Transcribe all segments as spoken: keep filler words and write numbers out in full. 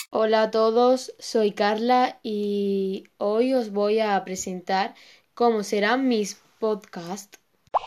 Hola a todos, soy Carla y hoy os voy a presentar cómo serán mis podcasts.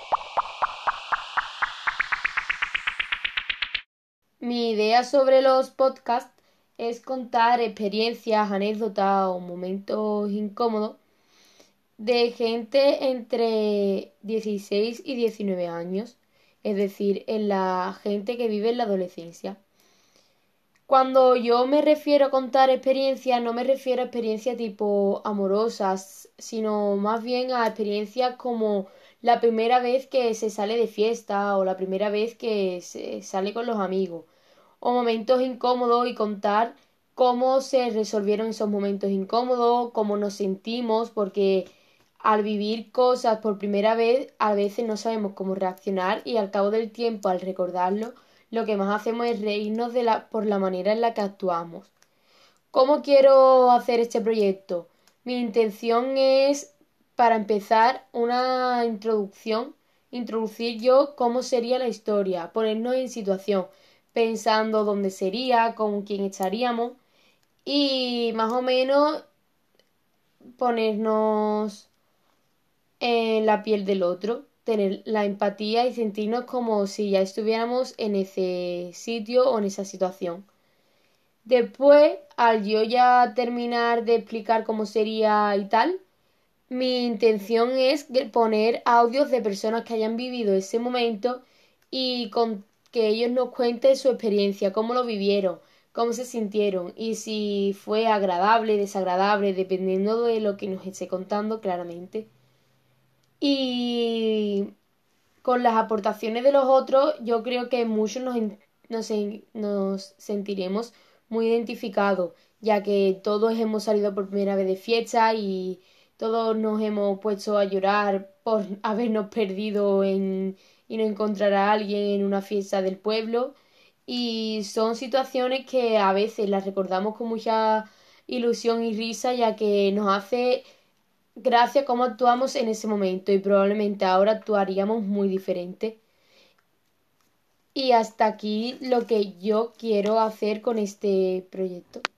Mi idea sobre los podcasts es contar experiencias, anécdotas o momentos incómodos de gente entre dieciséis y diecinueve años, es decir, en la gente que vive en la adolescencia. Cuando yo me refiero a contar experiencias, no me refiero a experiencias tipo amorosas, sino más bien a experiencias como la primera vez que se sale de fiesta o la primera vez que se sale con los amigos, o momentos incómodos y contar cómo se resolvieron esos momentos incómodos, cómo nos sentimos, porque al vivir cosas por primera vez a veces no sabemos cómo reaccionar y al cabo del tiempo, al recordarlo, lo que más hacemos es reírnos de la, por la manera en la que actuamos. ¿Cómo quiero hacer este proyecto? Mi intención es, para empezar, una introducción, introducir yo cómo sería la historia, ponernos en situación, pensando dónde sería, con quién estaríamos y más o menos ponernos en la piel del otro, tener la empatía y sentirnos como si ya estuviéramos en ese sitio o en esa situación. Después, al yo ya terminar de explicar cómo sería y tal, mi intención es poner audios de personas que hayan vivido ese momento y con que ellos nos cuenten su experiencia, cómo lo vivieron, cómo se sintieron y si fue agradable, desagradable, dependiendo de lo que nos esté contando claramente. Y con las aportaciones de los otros, yo creo que muchos nos, nos, nos sentiremos muy identificados, ya que todos hemos salido por primera vez de fiesta y todos nos hemos puesto a llorar por habernos perdido en, y no encontrar a alguien en una fiesta del pueblo. Y son situaciones que a veces las recordamos con mucha ilusión y risa, ya que nos hace gracias a cómo actuamos en ese momento y probablemente ahora actuaríamos muy diferente. Y hasta aquí lo que yo quiero hacer con este proyecto.